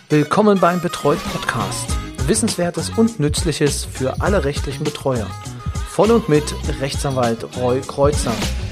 Willkommen beim Betreut Podcast. Wissenswertes und Nützliches für alle rechtlichen Betreuer. Von und mit Rechtsanwalt Roy Kreuzer.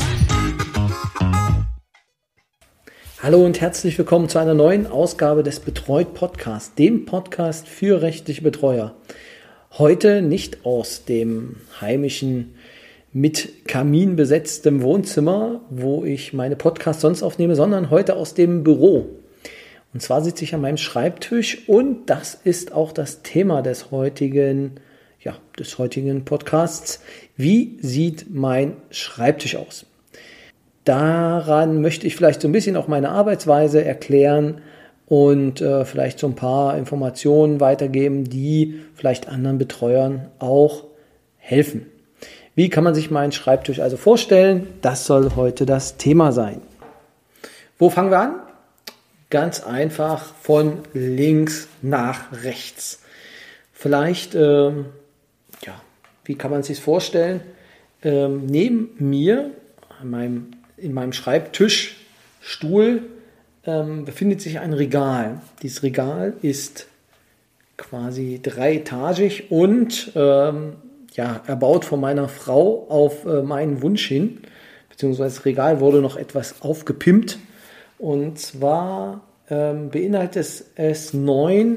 Hallo und herzlich willkommen zu einer neuen Ausgabe des Betreut Podcasts, dem Podcast für rechtliche Betreuer. Heute nicht aus dem heimischen, mit Kamin besetztem Wohnzimmer, wo ich meine Podcasts sonst aufnehme, sondern heute aus dem Büro. Und zwar sitze ich an meinem Schreibtisch und das ist auch das Thema des heutigen Podcasts. Wie sieht mein Schreibtisch aus? Daran möchte ich vielleicht so ein bisschen auch meine Arbeitsweise erklären und vielleicht so ein paar Informationen weitergeben, die vielleicht anderen Betreuern auch helfen. Wie kann man sich meinen Schreibtisch also vorstellen? Das soll heute das Thema sein. Wo fangen wir an? Ganz einfach von links nach rechts. Vielleicht, wie kann man sich vorstellen? Neben mir, in meinem Schreibtischstuhl, befindet sich ein Regal. Dieses Regal ist quasi dreietagig und erbaut von meiner Frau auf meinen Wunsch hin. Beziehungsweise das Regal wurde noch etwas aufgepimpt. Und zwar beinhaltet es neun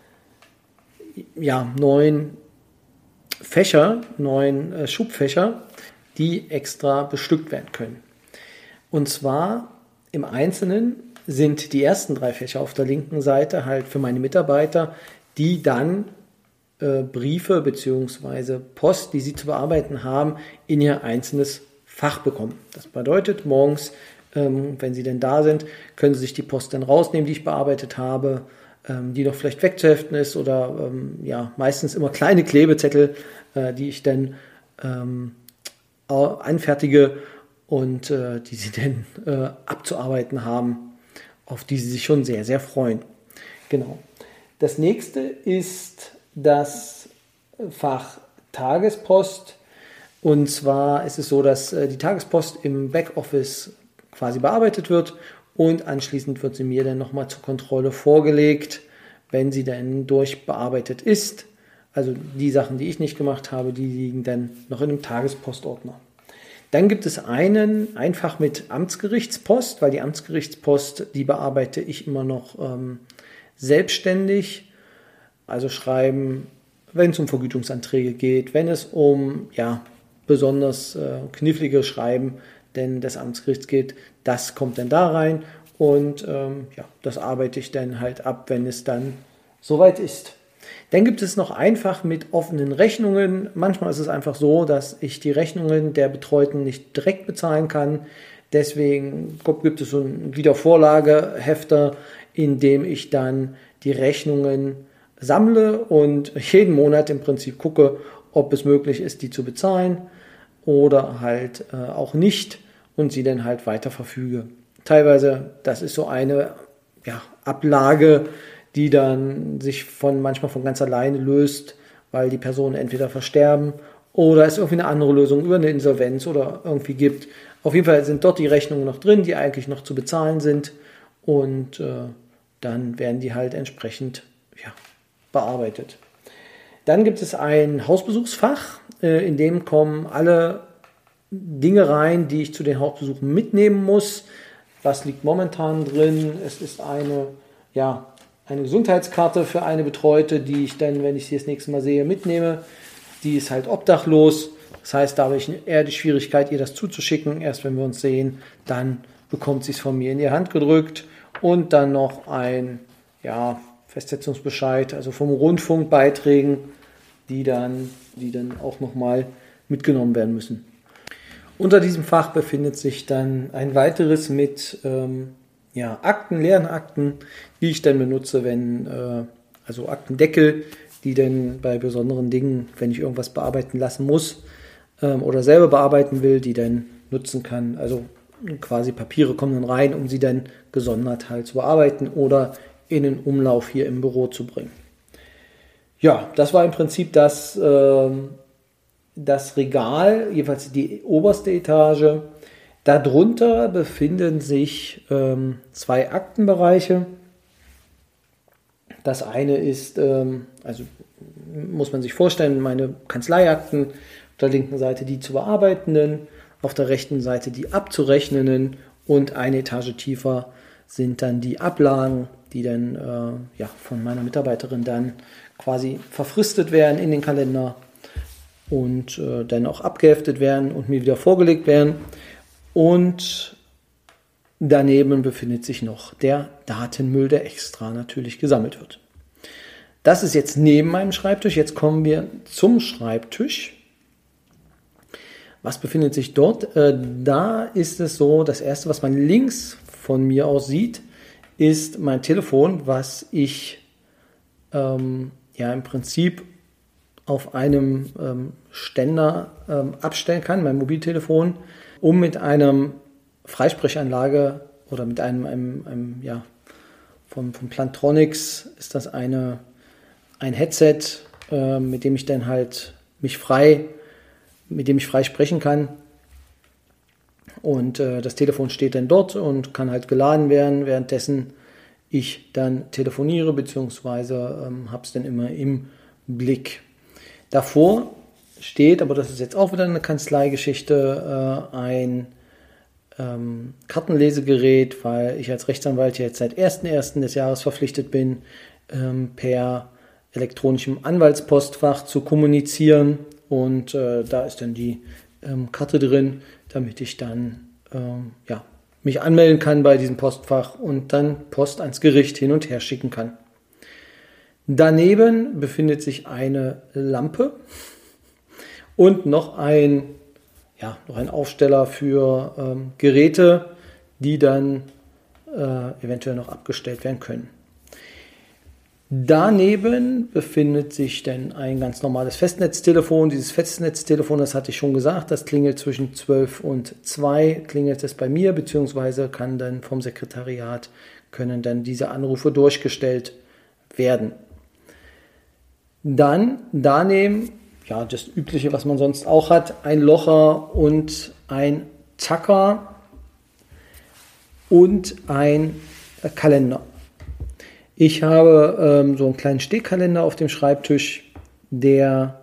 Schubfächer, die extra bestückt werden können. Und zwar im Einzelnen sind die ersten 3 Fächer auf der linken Seite halt für meine Mitarbeiter, die dann Briefe bzw. Post, die sie zu bearbeiten haben, in ihr einzelnes Fach bekommen. Das bedeutet, morgens, wenn sie denn da sind, können sie sich die Post dann rausnehmen, die ich bearbeitet habe, die noch vielleicht wegzuheften ist oder meistens immer kleine Klebezettel, die ich dann anfertige und die sie dann abzuarbeiten haben, auf die sie sich schon sehr, sehr freuen. Genau. Das nächste ist das Fach Tagespost. Und zwar ist es so, dass die Tagespost im Backoffice quasi bearbeitet wird und anschließend wird sie mir dann nochmal zur Kontrolle vorgelegt, wenn sie dann durchbearbeitet ist. Also die Sachen, die ich nicht gemacht habe, die liegen dann noch in einem Tagespostordner. Dann gibt es ein Fach mit Amtsgerichtspost, weil die Amtsgerichtspost, die bearbeite ich immer noch selbstständig. Also schreiben, wenn es um Vergütungsanträge geht, wenn es um besonders knifflige Schreiben denn des Amtsgerichts geht, das kommt dann da rein und das arbeite ich dann halt ab, wenn es dann soweit ist. Dann gibt es noch ein Fach mit offenen Rechnungen. Manchmal ist es einfach so, dass ich die Rechnungen der Betreuten nicht direkt bezahlen kann. Deswegen gibt es so einen Wiedervorlagehefter, in dem ich dann die Rechnungen sammle und jeden Monat im Prinzip gucke, ob es möglich ist, die zu bezahlen oder halt auch nicht und sie dann halt weiter verfüge. Teilweise, das ist so eine Ablage, die dann sich manchmal von ganz alleine löst, weil die Personen entweder versterben oder es irgendwie eine andere Lösung über eine Insolvenz oder irgendwie gibt. Auf jeden Fall sind dort die Rechnungen noch drin, die eigentlich noch zu bezahlen sind und dann werden die halt entsprechend bearbeitet. Dann gibt es ein Hausbesuchsfach, in dem kommen alle Dinge rein, die ich zu den Hausbesuchen mitnehmen muss. Was liegt momentan drin? Es ist eine Gesundheitskarte für eine Betreute, die ich dann, wenn ich sie das nächste Mal sehe, mitnehme. Die ist halt obdachlos. Das heißt, da habe ich eher die Schwierigkeit, ihr das zuzuschicken. Erst wenn wir uns sehen, dann bekommt sie es von mir in die Hand gedrückt. Und dann noch ein Festsetzungsbescheid, also vom Rundfunkbeiträgen, die dann auch nochmal mitgenommen werden müssen. Unter diesem Fach befindet sich dann ein weiteres mit leeren Akten, die ich dann benutze, also Aktendeckel, die dann bei besonderen Dingen, wenn ich irgendwas bearbeiten lassen muss oder selber bearbeiten will, die dann nutzen kann. Also quasi Papiere kommen dann rein, um sie dann gesondert halt zu bearbeiten oder in den Umlauf hier im Büro zu bringen. Ja, das war im Prinzip das Regal, jeweils die oberste Etage. Darunter befinden sich 2 Aktenbereiche. Das eine ist, also muss man sich vorstellen, meine Kanzleiakten, auf der linken Seite die zu bearbeitenden, auf der rechten Seite die abzurechnenden und eine Etage tiefer sind dann die Ablagen, die dann von meiner Mitarbeiterin dann quasi verfristet werden in den Kalender und dann auch abgeheftet werden und mir wieder vorgelegt werden. Und daneben befindet sich noch der Datenmüll, der extra natürlich gesammelt wird. Das ist jetzt neben meinem Schreibtisch. Jetzt kommen wir zum Schreibtisch. Was befindet sich dort? Da ist es so, das erste, was man links von mir aus sieht, ist mein Telefon, was ich im Prinzip auf einem Ständer abstellen kann, mein Mobiltelefon, um mit einem Freisprechanlage oder mit einem von Plantronics ist das ein Headset, mit dem ich dann halt mich frei sprechen kann. Und das Telefon steht dann dort und kann halt geladen werden, währenddessen ich dann telefoniere, beziehungsweise habe es dann immer im Blick. Davor steht, aber das ist jetzt auch wieder eine Kanzleigeschichte, ein Kartenlesegerät, weil ich als Rechtsanwalt jetzt seit 1.1. des Jahres verpflichtet bin, per elektronischem Anwaltspostfach zu kommunizieren. Und da ist dann die Karte drin, damit ich dann mich anmelden kann bei diesem Postfach und dann Post ans Gericht hin und her schicken kann. Daneben befindet sich eine Lampe und noch ein Aufsteller für Geräte, die dann eventuell noch abgestellt werden können. Daneben befindet sich dann ein ganz normales Festnetztelefon. Dieses Festnetztelefon, das hatte ich schon gesagt, das klingelt zwischen 12 und 2, klingelt es bei mir, beziehungsweise können dann vom Sekretariat diese Anrufe durchgestellt werden. Dann daneben, das Übliche, was man sonst auch hat, ein Locher und ein Tacker und ein Kalender. Ich habe so einen kleinen Stehkalender auf dem Schreibtisch, den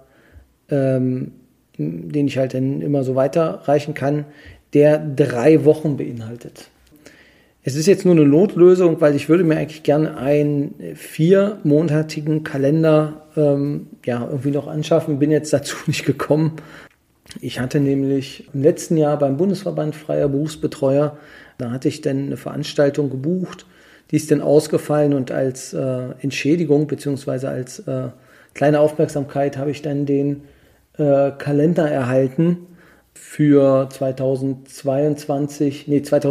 ich halt dann immer so weiterreichen kann, der 3 Wochen beinhaltet. Es ist jetzt nur eine Notlösung, weil ich würde mir eigentlich gerne einen 4-monatigen Kalender irgendwie noch anschaffen, bin jetzt dazu nicht gekommen. Ich hatte nämlich im letzten Jahr beim Bundesverband Freier Berufsbetreuer, da hatte ich dann eine Veranstaltung gebucht, die ist dann ausgefallen und als Entschädigung bzw. als kleine Aufmerksamkeit habe ich dann den Kalender erhalten für 2021.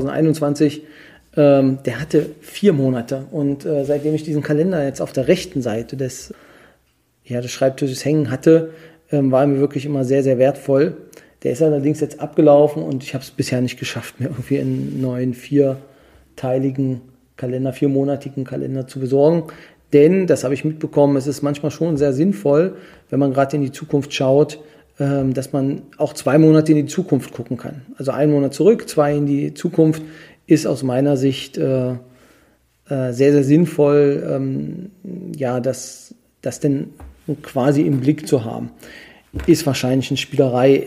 Der hatte 4 Monate und seitdem ich diesen Kalender jetzt auf der rechten Seite des Schreibtisches hängen hatte, war mir wirklich immer sehr, sehr wertvoll. Der ist allerdings jetzt abgelaufen und ich habe es bisher nicht geschafft, mir irgendwie einen neuen 4-monatigen Kalender zu besorgen. Denn, das habe ich mitbekommen, es ist manchmal schon sehr sinnvoll, wenn man gerade in die Zukunft schaut, dass man auch 2 Monate in die Zukunft gucken kann. Also 1 Monat zurück, 2 in die Zukunft ist aus meiner Sicht sehr, sehr sinnvoll, das denn quasi im Blick zu haben. Ist wahrscheinlich eine Spielerei,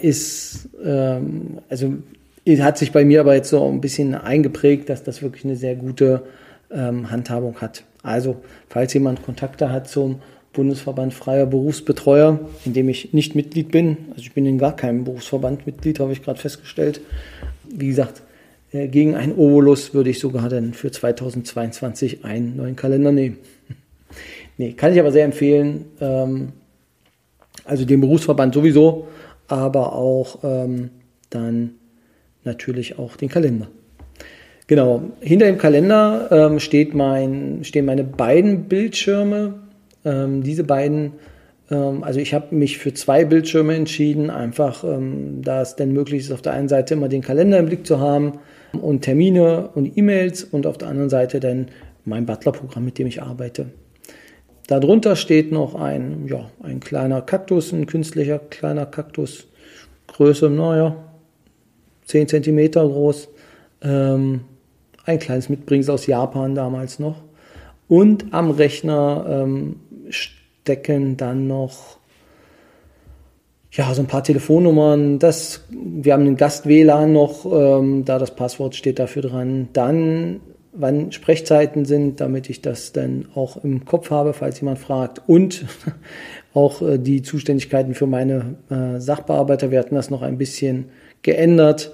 hat sich bei mir aber jetzt so ein bisschen eingeprägt, dass das wirklich eine sehr gute Handhabung hat. Also, falls jemand Kontakte hat zum Bundesverband Freier Berufsbetreuer, in dem ich nicht Mitglied bin, also ich bin in gar keinem Berufsverband Mitglied, habe ich gerade festgestellt. Wie gesagt, gegen einen Obolus würde ich sogar dann für 2022 einen neuen Kalender nehmen. Nee, kann ich aber sehr empfehlen. Also den Berufsverband sowieso, aber auch dann natürlich auch den Kalender. Genau, hinter dem Kalender stehen meine beiden Bildschirme. Diese beiden, also ich habe mich für 2 Bildschirme entschieden, einfach da es denn möglich ist, auf der einen Seite immer den Kalender im Blick zu haben und Termine und E-Mails und auf der anderen Seite dann mein Butler-Programm, mit dem ich arbeite. Darunter steht noch ein kleiner Kaktus, ein künstlicher kleiner Kaktus, Größe, 10 cm groß, ein kleines Mitbringsel aus Japan damals noch. Und am Rechner stecken dann noch so ein paar Telefonnummern. Wir haben einen Gast-WLAN noch, da das Passwort steht dafür dran. Dann, wann Sprechzeiten sind, damit ich das dann auch im Kopf habe, falls jemand fragt. Und auch die Zuständigkeiten für meine Sachbearbeiter. Wir hatten das noch ein bisschen geändert.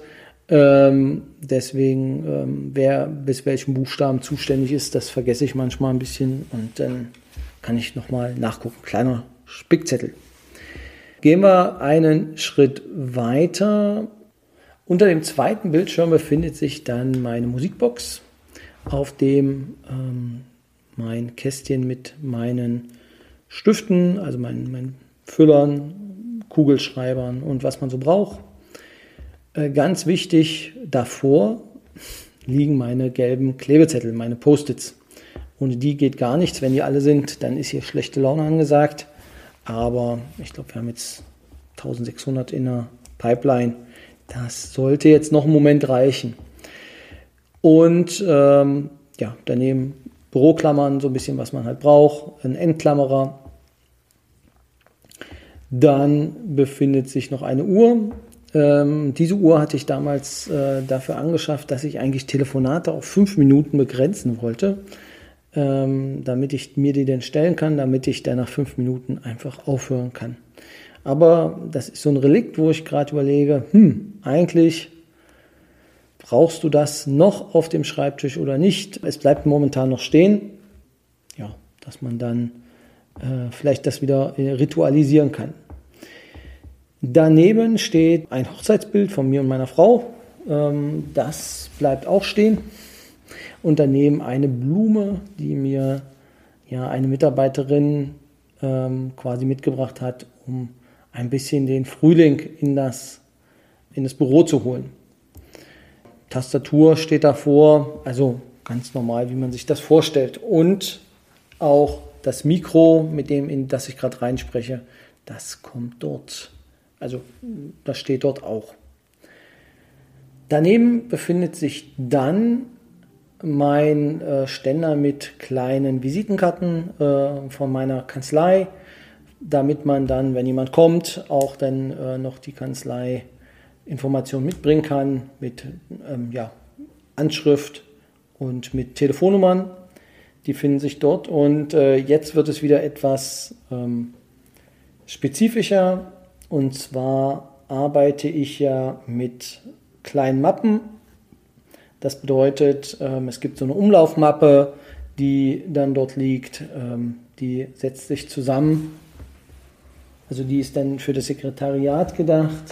Deswegen, wer bis welchem Buchstaben zuständig ist, das vergesse ich manchmal ein bisschen und dann kann ich nochmal nachgucken. Kleiner Spickzettel. Gehen wir einen Schritt weiter. Unter dem zweiten Bildschirm befindet sich dann meine Musikbox, auf dem mein Kästchen mit meinen Stiften, also meinen Füllern, Kugelschreibern und was man so braucht. Ganz wichtig, davor liegen meine gelben Klebezettel, meine Post-its. Ohne die geht gar nichts. Wenn die alle sind, dann ist hier schlechte Laune angesagt. Aber ich glaube, wir haben jetzt 1600 in der Pipeline. Das sollte jetzt noch einen Moment reichen. Und daneben Büroklammern, so ein bisschen, was man halt braucht. Ein Endklammerer. Dann befindet sich noch eine Uhr. Diese Uhr hatte ich damals dafür angeschafft, dass ich eigentlich Telefonate auf 5 Minuten begrenzen wollte, damit ich mir die dann stellen kann, damit ich dann nach 5 Minuten einfach aufhören kann. Aber das ist so ein Relikt, wo ich gerade überlege, eigentlich brauchst du das noch auf dem Schreibtisch oder nicht? Es bleibt momentan noch stehen, dass man dann vielleicht das wieder ritualisieren kann. Daneben steht ein Hochzeitsbild von mir und meiner Frau. Das bleibt auch stehen. Und daneben eine Blume, die mir eine Mitarbeiterin quasi mitgebracht hat, um ein bisschen den Frühling in das Büro zu holen. Tastatur steht davor, also ganz normal, wie man sich das vorstellt. Und auch das Mikro, mit dem, in das ich gerade reinspreche, das kommt dort. Also das steht dort auch. Daneben befindet sich dann mein Ständer mit kleinen Visitenkarten von meiner Kanzlei, damit man dann, wenn jemand kommt, auch dann noch die Kanzlei-Informationen mitbringen kann mit Anschrift und mit Telefonnummern. Die finden sich dort und jetzt wird es wieder etwas spezifischer. Und zwar arbeite ich ja mit kleinen Mappen. Das bedeutet, es gibt so eine Umlaufmappe, die dann dort liegt. Die setzt sich zusammen. Also die ist dann für das Sekretariat gedacht.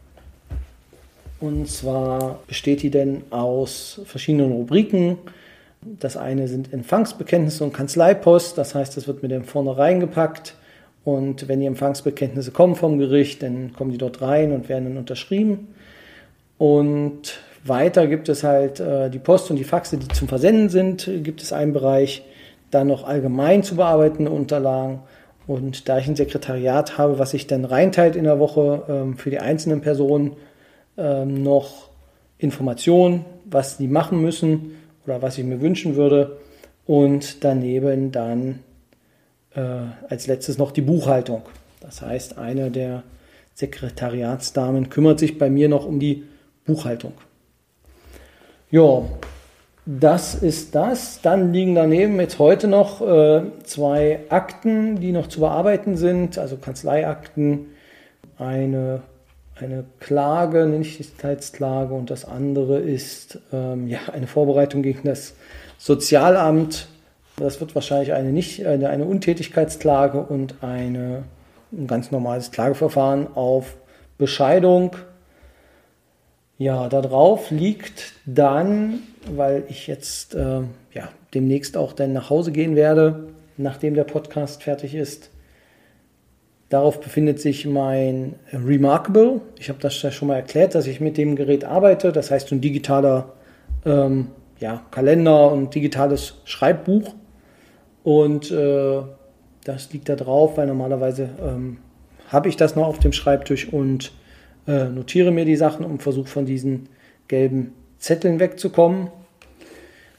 Und zwar besteht die dann aus verschiedenen Rubriken. Das eine sind Empfangsbekenntnisse und Kanzleipost. Das heißt, das wird mir dann vorne reingepackt. Und wenn die Empfangsbekenntnisse kommen vom Gericht, dann kommen die dort rein und werden dann unterschrieben. Und weiter gibt es halt die Post und die Faxe, die zum Versenden sind, gibt es einen Bereich. Dann noch allgemein zu bearbeitende Unterlagen. Und da ich ein Sekretariat habe, was sich dann reinteilt in der Woche für die einzelnen Personen, noch Informationen, was die machen müssen oder was ich mir wünschen würde. Und daneben dann als letztes noch die Buchhaltung. Das heißt, eine der Sekretariatsdamen kümmert sich bei mir noch um die Buchhaltung. Ja, das ist das. Dann liegen daneben jetzt heute noch 2 Akten, die noch zu bearbeiten sind, also Kanzleiakten, eine Klage, Nichtigkeitsklage und das andere ist eine Vorbereitung gegen das Sozialamt. Das wird wahrscheinlich eine Untätigkeitsklage und ein ganz normales Klageverfahren auf Bescheidung. Ja, darauf liegt dann, weil ich jetzt demnächst auch dann nach Hause gehen werde, nachdem der Podcast fertig ist. Darauf befindet sich mein Remarkable. Ich habe das ja schon mal erklärt, dass ich mit dem Gerät arbeite. Das heißt, ein digitaler Kalender und digitales Schreibbuch. Und das liegt da drauf, weil normalerweise habe ich das noch auf dem Schreibtisch und notiere mir die Sachen und versuche von diesen gelben Zetteln wegzukommen.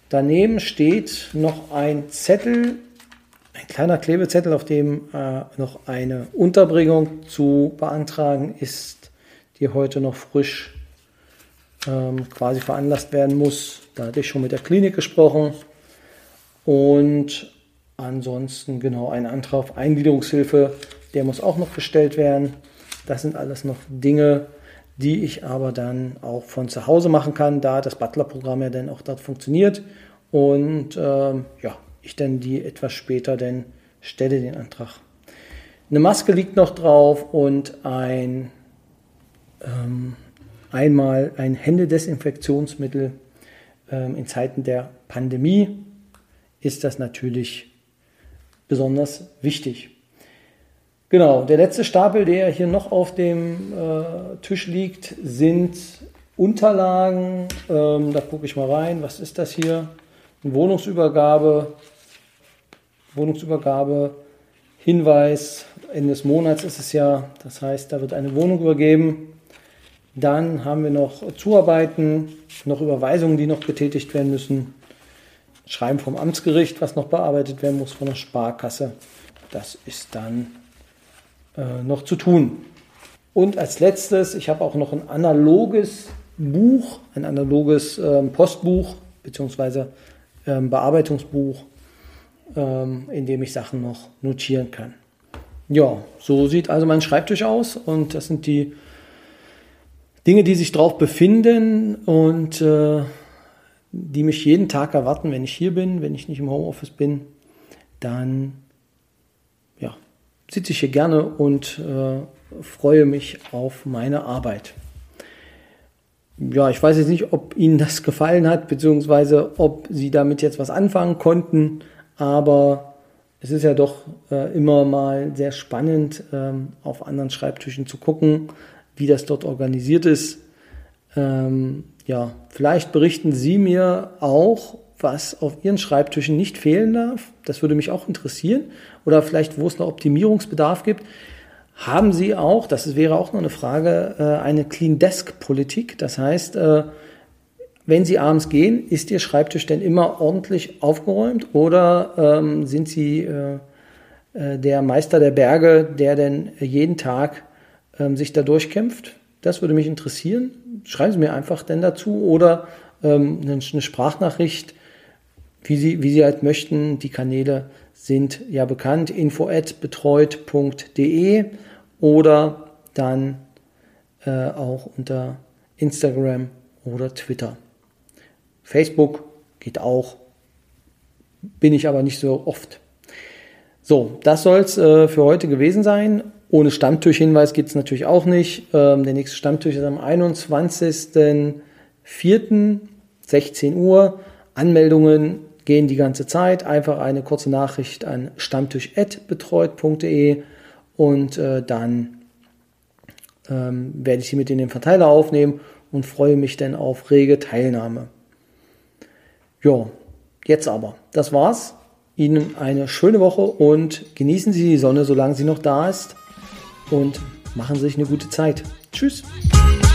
daneben steht noch ein Zettel, ein kleiner Klebezettel, auf dem noch eine Unterbringung zu beantragen ist, die heute noch frisch quasi veranlasst werden muss. Da hatte ich schon mit der Klinik gesprochen. Und ansonsten genau ein Antrag auf Eingliederungshilfe, der muss auch noch gestellt werden. Das sind alles noch Dinge, die ich aber dann auch von zu Hause machen kann, da das Butler-Programm ja dann auch dort funktioniert. Und ich dann die etwas später dann stelle den Antrag. Eine Maske liegt noch drauf und einmal ein Händedesinfektionsmittel. In Zeiten der Pandemie ist das natürlich besonders wichtig. Genau, der letzte Stapel, der hier noch auf dem Tisch liegt, sind Unterlagen. Da gucke ich mal rein. Was ist das hier? Eine Wohnungsübergabe, Hinweis, Ende des Monats ist es ja. Das heißt, da wird eine Wohnung übergeben. Dann haben wir noch Zuarbeiten, noch Überweisungen, die noch getätigt werden müssen. Schreiben vom Amtsgericht, was noch bearbeitet werden muss von der Sparkasse. Das ist dann noch zu tun. Und als letztes, ich habe auch noch ein analoges Buch, ein analoges Postbuch bzw. Bearbeitungsbuch, in dem ich Sachen noch notieren kann. Ja, so sieht also mein Schreibtisch aus und das sind die Dinge, die sich drauf befinden und die mich jeden Tag erwarten, wenn ich hier bin, wenn ich nicht im Homeoffice bin, dann sitze ich hier gerne und freue mich auf meine Arbeit. Ja, ich weiß jetzt nicht, ob Ihnen das gefallen hat, beziehungsweise ob Sie damit jetzt was anfangen konnten, aber es ist ja doch immer mal sehr spannend, auf anderen Schreibtischen zu gucken, wie das dort organisiert ist. Vielleicht berichten Sie mir auch, was auf Ihren Schreibtischen nicht fehlen darf. Das würde mich auch interessieren. Oder vielleicht, wo es noch Optimierungsbedarf gibt. Haben Sie auch, das wäre auch noch eine Frage, eine Clean Desk Politik? Das heißt, wenn Sie abends gehen, ist Ihr Schreibtisch denn immer ordentlich aufgeräumt? Oder sind Sie der Meister der Berge, der denn jeden Tag sich da durchkämpft? Das würde mich interessieren. Schreiben Sie mir einfach denn dazu oder eine Sprachnachricht, wie Sie halt möchten. Die Kanäle sind ja bekannt, info@betreut.de oder dann auch unter Instagram oder Twitter. Facebook geht auch, bin ich aber nicht so oft. So, das soll es für heute gewesen sein. Ohne Stammtischhinweis geht es natürlich auch nicht. Der nächste Stammtisch ist am 21.04. 16 Uhr. Anmeldungen gehen die ganze Zeit. Einfach eine kurze Nachricht an stammtisch@betreut.de und dann werde ich sie mit in den Verteiler aufnehmen und freue mich dann auf rege Teilnahme. Ja, jetzt aber. Das war's. Ihnen eine schöne Woche und genießen Sie die Sonne, solange sie noch da ist und machen Sie sich eine gute Zeit. Tschüss.